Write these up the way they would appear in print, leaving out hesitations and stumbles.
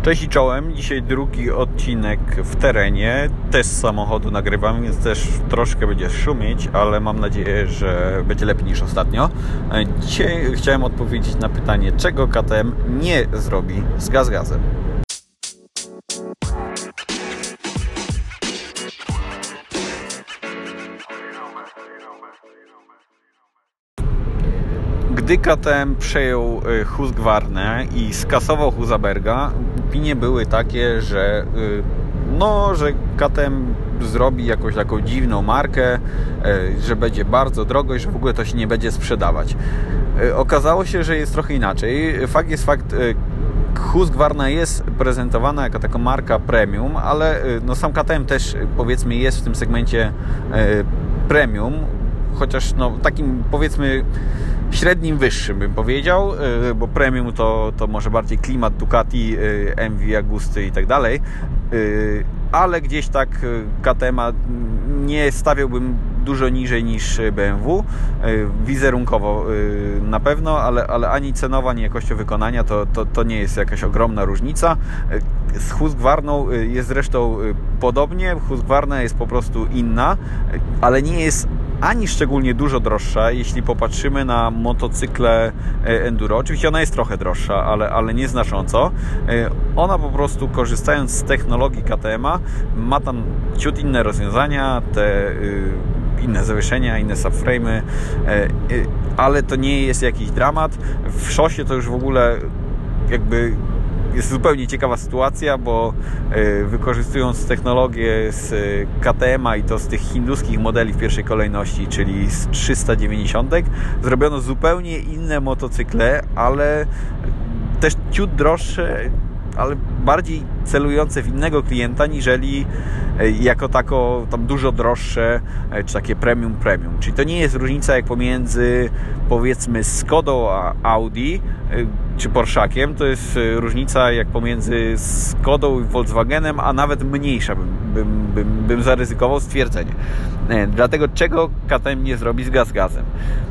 Cześć i czołem, dzisiaj drugi odcinek w terenie, też z samochodu nagrywam, więc też troszkę będzie szumieć, ale mam nadzieję, że będzie lepiej niż ostatnio. Dzisiaj chciałem odpowiedzieć na pytanie, czego KTM nie zrobi z gazem. Gdy KTM przejął Husqvarnę i skasował Husaberga, opinie były takie, że KTM zrobi jakąś taką dziwną markę, że będzie bardzo drogo i że w ogóle to się nie będzie sprzedawać. Okazało się, że jest trochę inaczej. Fakt jest fakt, Husqvarna jest prezentowana jako taka marka premium, ale sam KTM też, powiedzmy, jest w tym segmencie premium, chociaż takim, powiedzmy, średnim wyższym bym powiedział, bo premium to może bardziej klimat Ducati, MV, Agusty i tak dalej, ale gdzieś tak KTM nie stawiałbym dużo niżej niż BMW, wizerunkowo na pewno, ale ani cenowo, ani jakością wykonania to nie jest jakaś ogromna różnica. Z Husqvarną jest zresztą podobnie, Husqvarna jest po prostu inna, ale nie jest ani szczególnie dużo droższa, jeśli popatrzymy na motocykle enduro. Oczywiście ona jest trochę droższa, ale nieznacząco. Ona po prostu, korzystając z technologii KTM-a, ma tam ciut inne rozwiązania, te inne zawieszenia, inne subframe'y, ale to nie jest jakiś dramat. W szosie to już w ogóle jakby jest zupełnie ciekawa sytuacja, bo wykorzystując technologię z KTM-a i to z tych hinduskich modeli w pierwszej kolejności, czyli z 390, zrobiono zupełnie inne motocykle, ale też ciut droższe, ale bardziej celujące w innego klienta, niżeli jako tako tam dużo droższe, czy takie premium. Czyli to nie jest różnica jak pomiędzy, powiedzmy, Skodą a Audi, czy Porsche'kiem, to jest różnica jak pomiędzy Skodą i Volkswagenem, a nawet mniejsza bym zaryzykował stwierdzenie. Dlatego czego KTM nie zrobi z gazem?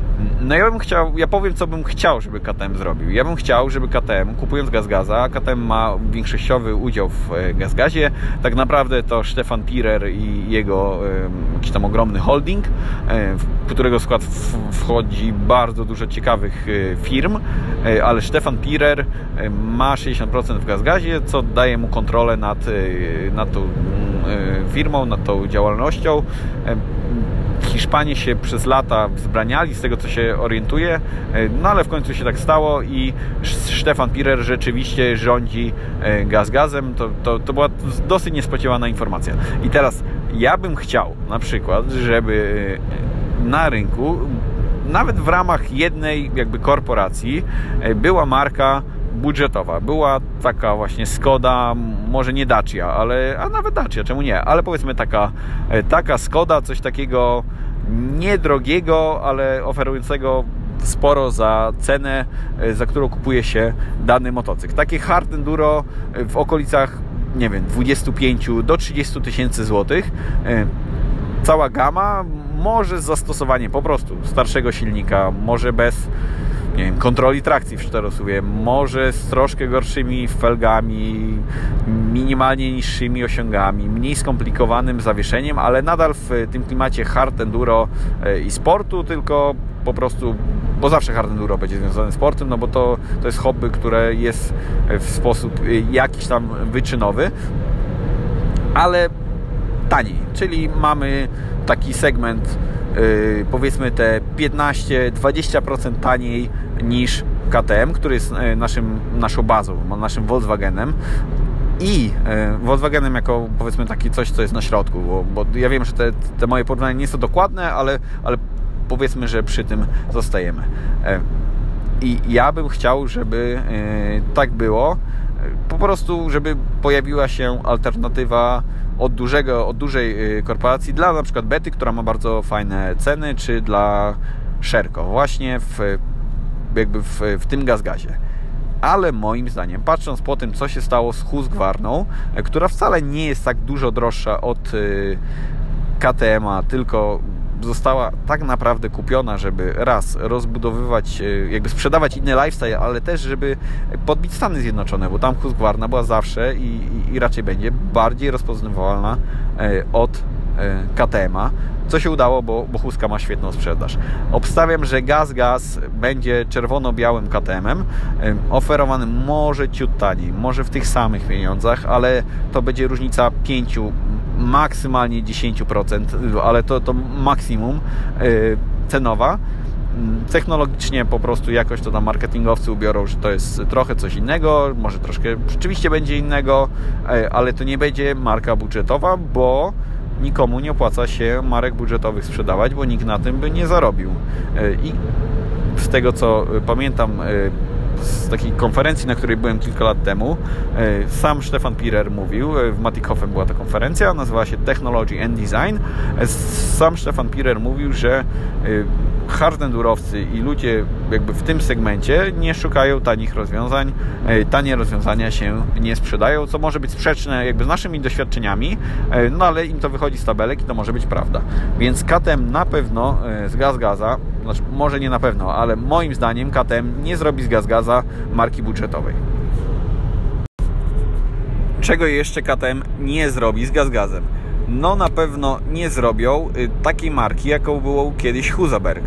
Ja powiem, co bym chciał, żeby KTM zrobił. Ja bym chciał, żeby KTM, kupując gaza, KTM ma większościowy udział w gazie. Tak naprawdę to Stefan Pirer i jego jakiś tam ogromny holding, w którego skład wchodzi bardzo dużo ciekawych firm, ale Stefan Pirer ma 60% w gazie, co daje mu kontrolę nad tą firmą, nad tą działalnością. Hiszpanie się przez lata wzbraniali, z tego co się orientuję, ale w końcu się tak stało i Stefan Pirer rzeczywiście rządzi gazem. To była dosyć niespodziewana informacja. I teraz ja bym chciał na przykład, żeby na rynku, nawet w ramach jednej jakby korporacji, była marka budżetowa. Była taka właśnie Skoda, może nie Dacia, a nawet Dacia, czemu nie? Ale powiedzmy taka Skoda, coś takiego niedrogiego, ale oferującego sporo za cenę, za którą kupuje się dany motocykl. Takie hard enduro w okolicach, nie wiem, 25 do 30 tysięcy złotych. Cała gama, może z zastosowaniem po prostu starszego silnika, może bez, nie wiem, kontroli trakcji w czterosuwie, może z troszkę gorszymi felgami, minimalnie niższymi osiągami, mniej skomplikowanym zawieszeniem, ale nadal w tym klimacie hard enduro i sportu, tylko po prostu, bo zawsze hard enduro będzie związane z sportem, bo to jest hobby, które jest w sposób jakiś tam wyczynowy, ale taniej, czyli mamy taki segment, powiedzmy te 15-20% taniej niż KTM, który jest naszą bazą, naszym Volkswagenem i Volkswagenem jako, powiedzmy, taki coś, co jest na środku, bo ja wiem, że te moje porównania nie są dokładne, ale powiedzmy, że przy tym zostajemy. I ja bym chciał, żeby tak było, po prostu, żeby pojawiła się alternatywa od dużej korporacji dla na przykład Bety, która ma bardzo fajne ceny, czy dla Sherco, właśnie w tym gazie. Ale moim zdaniem, patrząc po tym, co się stało z Husqvarną, która wcale nie jest tak dużo droższa od KTM-a, tylko została tak naprawdę kupiona, żeby raz rozbudowywać, jakby sprzedawać inny lifestyle, ale też żeby podbić Stany Zjednoczone, bo tam Husqvarna była zawsze i raczej będzie bardziej rozpoznawalna od KTM-a, co się udało, bo Huska ma świetną sprzedaż. Obstawiam, że GazGaz będzie czerwono-białym KTM-em, oferowanym może ciut taniej, może w tych samych pieniądzach, ale to będzie różnica 5, maksymalnie 10%, ale to maksimum cenowa. Technologicznie po prostu jakoś to tam marketingowcy ubiorą, że to jest trochę coś innego, może troszkę rzeczywiście będzie innego, ale to nie będzie marka budżetowa, bo nikomu nie opłaca się marek budżetowych sprzedawać, bo nikt na tym by nie zarobił. I z tego co pamiętam z takiej konferencji, na której byłem kilka lat temu, sam Stefan Pirer mówił, w Mattighofen była ta konferencja, nazywała się Technology and Design. Sam Stefan Pirer mówił, że hardendurowcy i ludzie jakby w tym segmencie nie szukają tanich rozwiązań. Tanie rozwiązania się nie sprzedają, co może być sprzeczne jakby z naszymi doświadczeniami, no ale im to wychodzi z tabelek i to może być prawda. Więc KTM na pewno z GazGaza, znaczy może nie na pewno, ale moim zdaniem KTM nie zrobi z GazGaza marki budżetowej. Czego jeszcze KTM nie zrobi z GazGazem? No na pewno nie zrobią takiej marki, jaką było kiedyś Husaberg.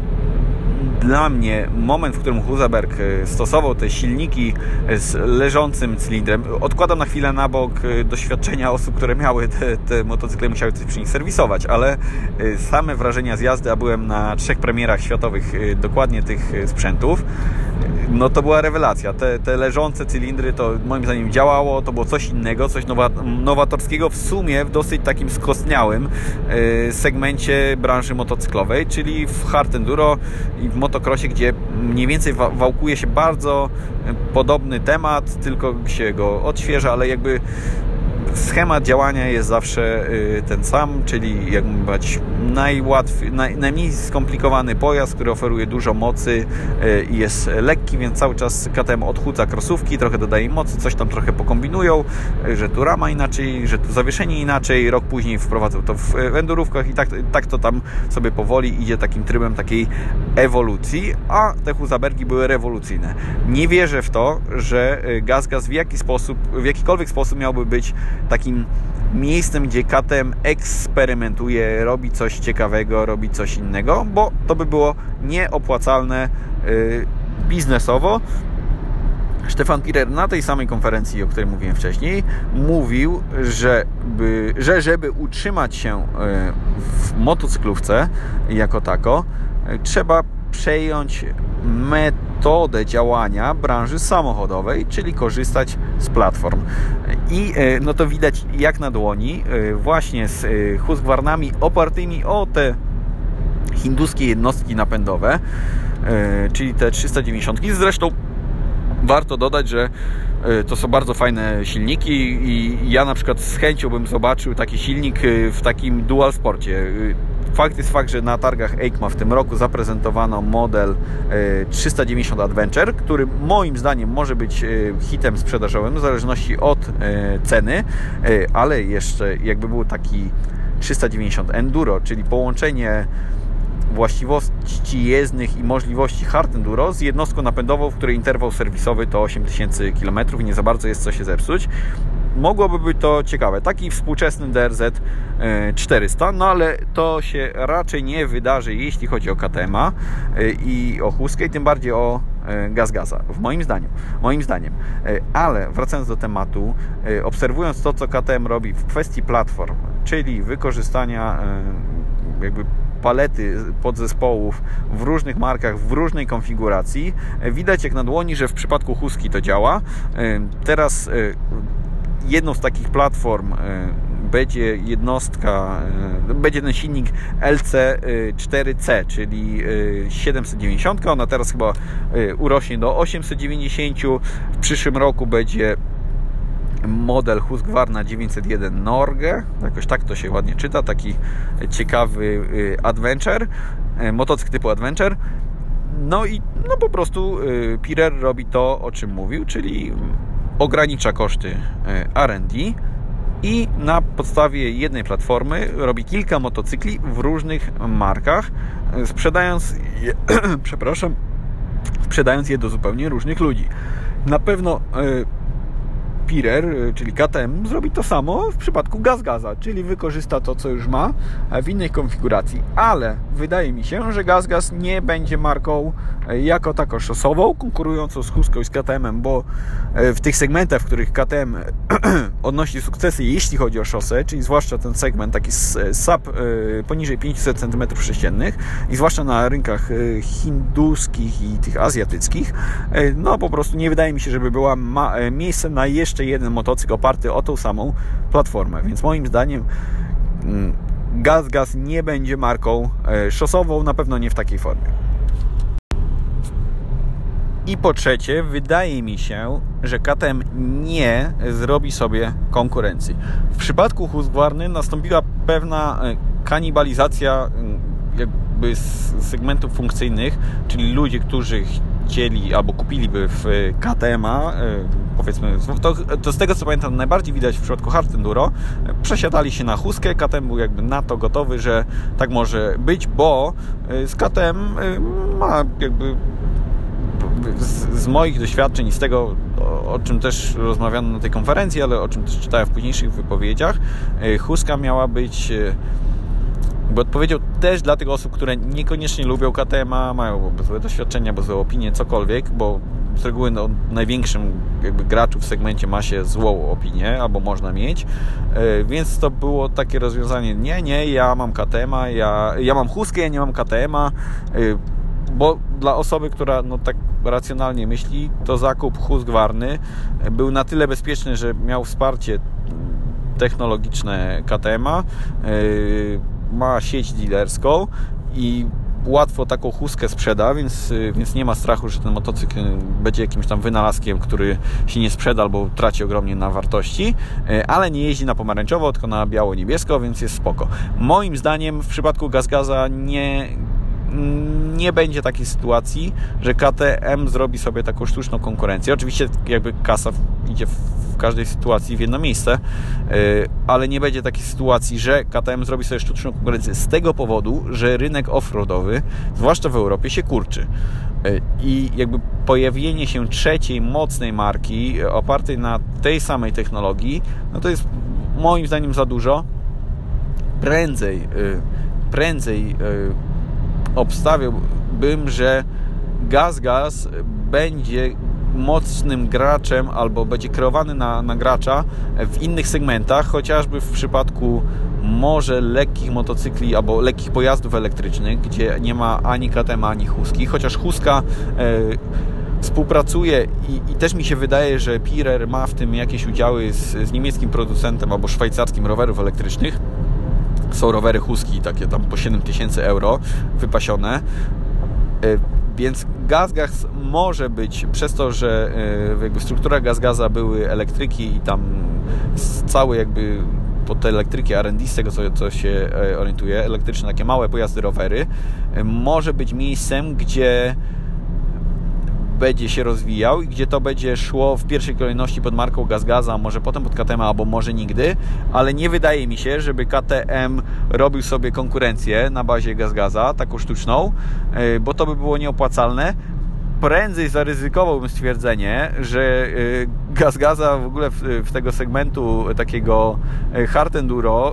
Dla mnie moment, w którym Husaberg stosował te silniki z leżącym cylindrem, odkładam na chwilę na bok doświadczenia osób, które miały te motocykle, musiały coś przy nich serwisować, ale same wrażenia z jazdy, a byłem na 3 premierach światowych dokładnie tych sprzętów, no to była rewelacja. Te leżące cylindry to moim zdaniem działało, to było coś innego, coś nowatorskiego w sumie w dosyć takim skostniałym segmencie branży motocyklowej, czyli w hard enduro i w motocrossie, gdzie mniej więcej wałkuje się bardzo podobny temat, tylko się go odświeża, ale jakby schemat działania jest zawsze ten sam, czyli jak mówić, najmniej skomplikowany pojazd, który oferuje dużo mocy i jest lekki, więc cały czas KTM odchudza krosówki, trochę dodaje mocy, coś tam trochę pokombinują, że tu rama inaczej, że tu zawieszenie inaczej, rok później wprowadzą to w endurówkach i tak to tam sobie powoli idzie takim trybem takiej ewolucji, a te Husabergi były rewolucyjne. Nie wierzę w to, że GazGaz w jakikolwiek sposób miałby być takim miejscem, gdzie KTM eksperymentuje, robi coś ciekawego, robi coś innego, bo to by było nieopłacalne biznesowo. Stefan Pirer na tej samej konferencji, o której mówiłem wcześniej, mówił, że żeby utrzymać się w motocyklówce jako tako, trzeba przejąć metodę działania branży samochodowej, czyli korzystać z platform. I no to widać jak na dłoni właśnie z Husqvarnami opartymi o te hinduskie jednostki napędowe, czyli te 390. Zresztą warto dodać, że to są bardzo fajne silniki i ja na przykład z chęcią bym zobaczył taki silnik w takim dual sporcie. Fakt jest fakt, że na targach EICMA w tym roku zaprezentowano model 390 Adventure, który moim zdaniem może być hitem sprzedażowym w zależności od ceny, ale jeszcze jakby był taki 390 Enduro, czyli połączenie właściwości jezdnych i możliwości hard enduro z jednostką napędową, w której interwał serwisowy to 8000 km i nie za bardzo jest co się zepsuć. Mogłoby być to ciekawe. Taki współczesny DRZ 400, no ale to się raczej nie wydarzy, jeśli chodzi o KTM-a i o Huskę, i tym bardziej o GazGaza, moim zdaniem. Ale wracając do tematu, obserwując to, co KTM robi w kwestii platform, czyli wykorzystania jakby palety podzespołów w różnych markach, w różnej konfiguracji, widać jak na dłoni, że w przypadku Huski to działa. Teraz jedną z takich platform będzie jednostka, będzie ten silnik LC4C, czyli 790. Ona teraz chyba urośnie do 890. W przyszłym roku będzie model Husqvarna 901 Norge, jakoś tak to się ładnie czyta, taki ciekawy adventure, motocykl typu adventure. No i po prostu Pirer robi to, o czym mówił, czyli ogranicza koszty R&D i na podstawie jednej platformy robi kilka motocykli w różnych markach, sprzedając je, sprzedając je do zupełnie różnych ludzi. Na pewno Pirer, czyli KTM, zrobi to samo w przypadku GazGaza, czyli wykorzysta to, co już ma w innej konfiguracji, ale wydaje mi się, że GazGaz nie będzie marką jako taką szosową, konkurującą z Huską i z KTM-em, bo w tych segmentach, w których KTM odnosi sukcesy, jeśli chodzi o szosę, czyli zwłaszcza ten segment taki sub poniżej 500 cm3 i zwłaszcza na rynkach hinduskich i tych azjatyckich, no po prostu nie wydaje mi się, żeby była miejsce na jeszcze jeden motocykl oparty o tą samą platformę, więc moim zdaniem GazGaz nie będzie marką szosową, na pewno nie w takiej formie. I po trzecie, wydaje mi się, że KTM nie zrobi sobie konkurencji. W przypadku Husqvarny nastąpiła pewna kanibalizacja jakby z segmentów funkcyjnych, czyli ludzie, którzy chcieli albo kupiliby w KTM-a, powiedzmy, to z tego co pamiętam najbardziej widać w przypadku Hard Enduro, przesiadali się na Huskę. KTM był jakby na to gotowy, że tak może być, bo z KTM ma jakby z moich doświadczeń i z tego, o czym też rozmawiano na tej konferencji, ale o czym też czytałem w późniejszych wypowiedziach, Huska miała być jakby odpowiedzią też dla tych osób, które niekoniecznie lubią KTM-a, mają złe doświadczenia, bo złe opinie, cokolwiek, bo z reguły największym jakby graczu w segmencie ma się złą opinię, albo można mieć, więc to było takie rozwiązanie, nie, ja mam KTM-a, ja mam Huskę, ja nie mam KTM-a, bo dla osoby, która tak racjonalnie myśli, to zakup Husqvarny był na tyle bezpieczny, że miał wsparcie technologiczne KTM-a, ma sieć dealerską i łatwo taką Huskę sprzeda, więc nie ma strachu, że ten motocykl będzie jakimś tam wynalazkiem, który się nie sprzeda albo traci ogromnie na wartości, ale nie jeździ na pomarańczowo, tylko na biało-niebiesko, więc jest spoko. Moim zdaniem w przypadku GazGaza nie będzie takiej sytuacji, że KTM zrobi sobie taką sztuczną konkurencję. Oczywiście jakby kasa idzie w każdej sytuacji w jedno miejsce, ale nie będzie takiej sytuacji, że KTM zrobi sobie sztuczną konkurencję z tego powodu, że rynek offroadowy, zwłaszcza w Europie, się kurczy. I jakby pojawienie się trzeciej mocnej marki opartej na tej samej technologii, no to jest moim zdaniem za dużo. Prędzej obstawiałbym, że GazGaz będzie mocnym graczem albo będzie kreowany na gracza w innych segmentach, chociażby w przypadku może lekkich motocykli albo lekkich pojazdów elektrycznych, gdzie nie ma ani KTM, ani Huski, chociaż Huska współpracuje i też mi się wydaje, że Pirer ma w tym jakieś udziały z niemieckim producentem albo szwajcarskim rowerów elektrycznych. Są rowery Huski, takie tam po 7000 euro wypasione, więc GazGaz może być, przez to, że jakby struktura GazGaza były elektryki i tam całe jakby pod te elektryki R&D, z tego co się orientuje, elektryczne takie małe pojazdy, rowery, może być miejscem, gdzie będzie się rozwijał i gdzie to będzie szło w pierwszej kolejności pod marką GazGaza, może potem pod KTM, albo może nigdy, ale nie wydaje mi się, żeby KTM robił sobie konkurencję na bazie GazGaza, taką sztuczną, bo to by było nieopłacalne. Prędzej zaryzykowałbym stwierdzenie, że GazGaza w ogóle w tego segmentu takiego hard enduro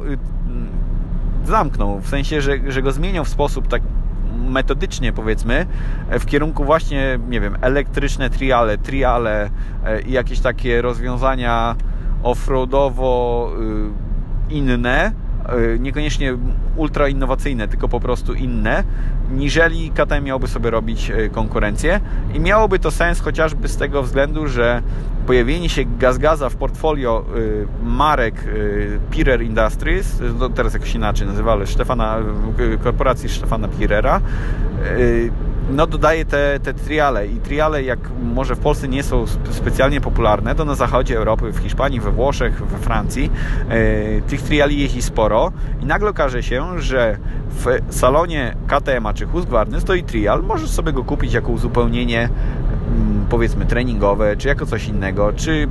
zamknął, w sensie, że go zmieniał w sposób tak metodycznie, powiedzmy, w kierunku właśnie, nie wiem, elektryczne triale i jakieś takie rozwiązania offroadowo inne, niekoniecznie ultra innowacyjne, tylko po prostu inne, niżeli KTM miałby sobie robić konkurencję i miałoby to sens chociażby z tego względu, że pojawienie się GazGaza w portfolio marek Pirer Industries, teraz jakoś inaczej nazywa, ale korporacji Stefana Pirera, no dodaje te triale i triale, jak może w Polsce nie są specjalnie popularne, to na zachodzie Europy, w Hiszpanii, we Włoszech, we Francji tych triali jeździ sporo i nagle okaże się, że w salonie KTM czy Husqvarny stoi trial, możesz sobie go kupić jako uzupełnienie, powiedzmy treningowe, czy jako coś innego, czy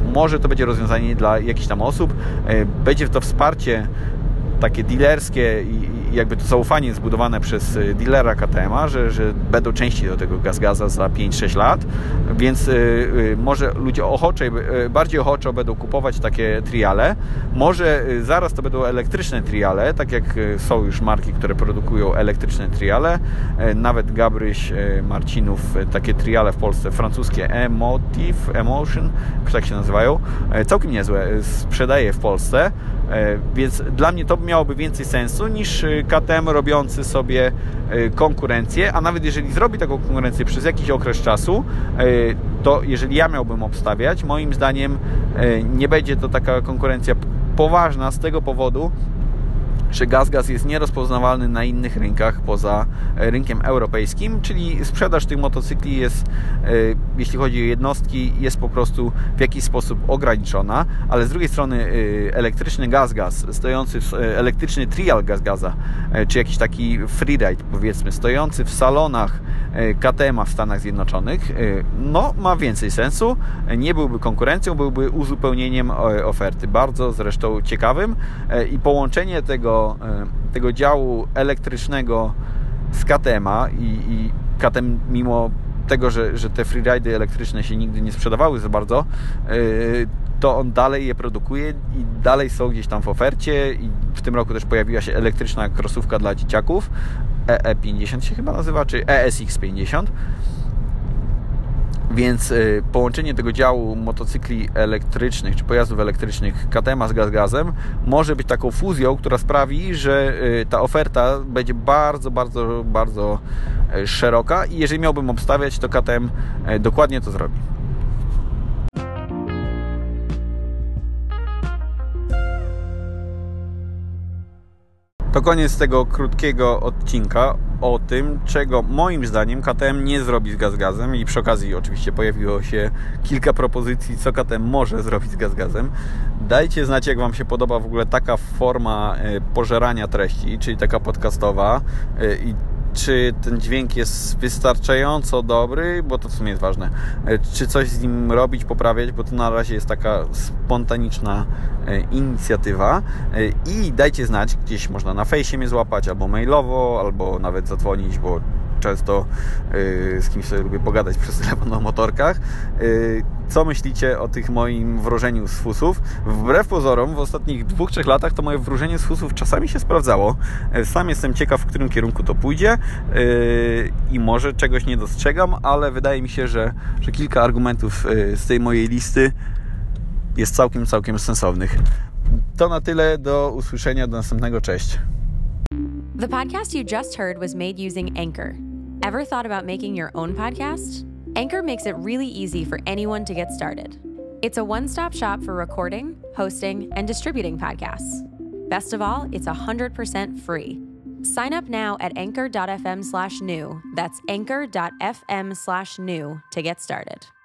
może to będzie rozwiązanie dla jakichś tam osób. Będzie to wsparcie takie dealerskie i jakby to zaufanie zbudowane przez dealera KTM-a, że będą częściej do tego GazGaza za 5-6 lat, więc może ludzie bardziej ochoczo będą kupować takie triale. Może zaraz to będą elektryczne triale, tak jak są już marki, które produkują elektryczne triale. Nawet Gabryś Marcinów takie triale w Polsce, francuskie Emotion, tak się nazywają, całkiem niezłe, sprzedaje w Polsce. Więc dla mnie to miałoby więcej sensu niż KTM robiący sobie konkurencję, a nawet jeżeli zrobi taką konkurencję przez jakiś okres czasu, to jeżeli ja miałbym obstawiać, moim zdaniem nie będzie to taka konkurencja poważna z tego powodu, że GazGaz jest nierozpoznawalny na innych rynkach poza rynkiem europejskim, czyli sprzedaż tych motocykli jest, jeśli chodzi o jednostki, jest po prostu w jakiś sposób ograniczona, ale z drugiej strony elektryczny GazGaz, elektryczny trial GazGaza, czy jakiś taki freeride, powiedzmy, stojący w salonach KTM-a w Stanach Zjednoczonych, no ma więcej sensu, nie byłby konkurencją, byłby uzupełnieniem oferty, bardzo zresztą ciekawym i połączenie tego działu elektrycznego z KTM-a i KTM mimo tego, że te freeridy elektryczne się nigdy nie sprzedawały za bardzo, to on dalej je produkuje i dalej są gdzieś tam w ofercie i w tym roku też pojawiła się elektryczna crossówka dla dzieciaków, EE50 się chyba nazywa, czy ESX50. Więc połączenie tego działu motocykli elektrycznych czy pojazdów elektrycznych KTM z GazGazem może być taką fuzją, która sprawi, że ta oferta będzie bardzo, bardzo, bardzo szeroka i jeżeli miałbym obstawiać, to KTM dokładnie to zrobi. To koniec tego krótkiego odcinka o tym, czego moim zdaniem KTM nie zrobi z GazGazem i przy okazji oczywiście pojawiło się kilka propozycji, co KTM może zrobić z GazGazem. Dajcie znać, jak Wam się podoba w ogóle taka forma pożerania treści, czyli taka podcastowa i czy ten dźwięk jest wystarczająco dobry, bo to w sumie jest ważne, czy coś z nim robić, poprawiać, bo to na razie jest taka spontaniczna inicjatywa i dajcie znać, gdzieś można na fejsie mnie złapać, albo mailowo, albo nawet zadzwonić, bo często z kimś sobie lubię pogadać przez telefon o motorkach. Co myślicie o tych moim wróżeniu z fusów? Wbrew pozorom w ostatnich 2-3 latach to moje wróżenie z fusów czasami się sprawdzało. Sam jestem ciekaw, w którym kierunku to pójdzie i może czegoś nie dostrzegam, ale wydaje mi się, że kilka argumentów z tej mojej listy jest całkiem sensownych. To na tyle, do usłyszenia, do następnego, cześć. The podcast you just heard was made using Anchor. Ever thought about making your own podcast? Anchor makes it really easy for anyone to get started. It's a one-stop shop for recording, hosting, and distributing podcasts. Best of all, it's 100% free. Sign up now at anchor.fm/new. That's anchor.fm/new to get started.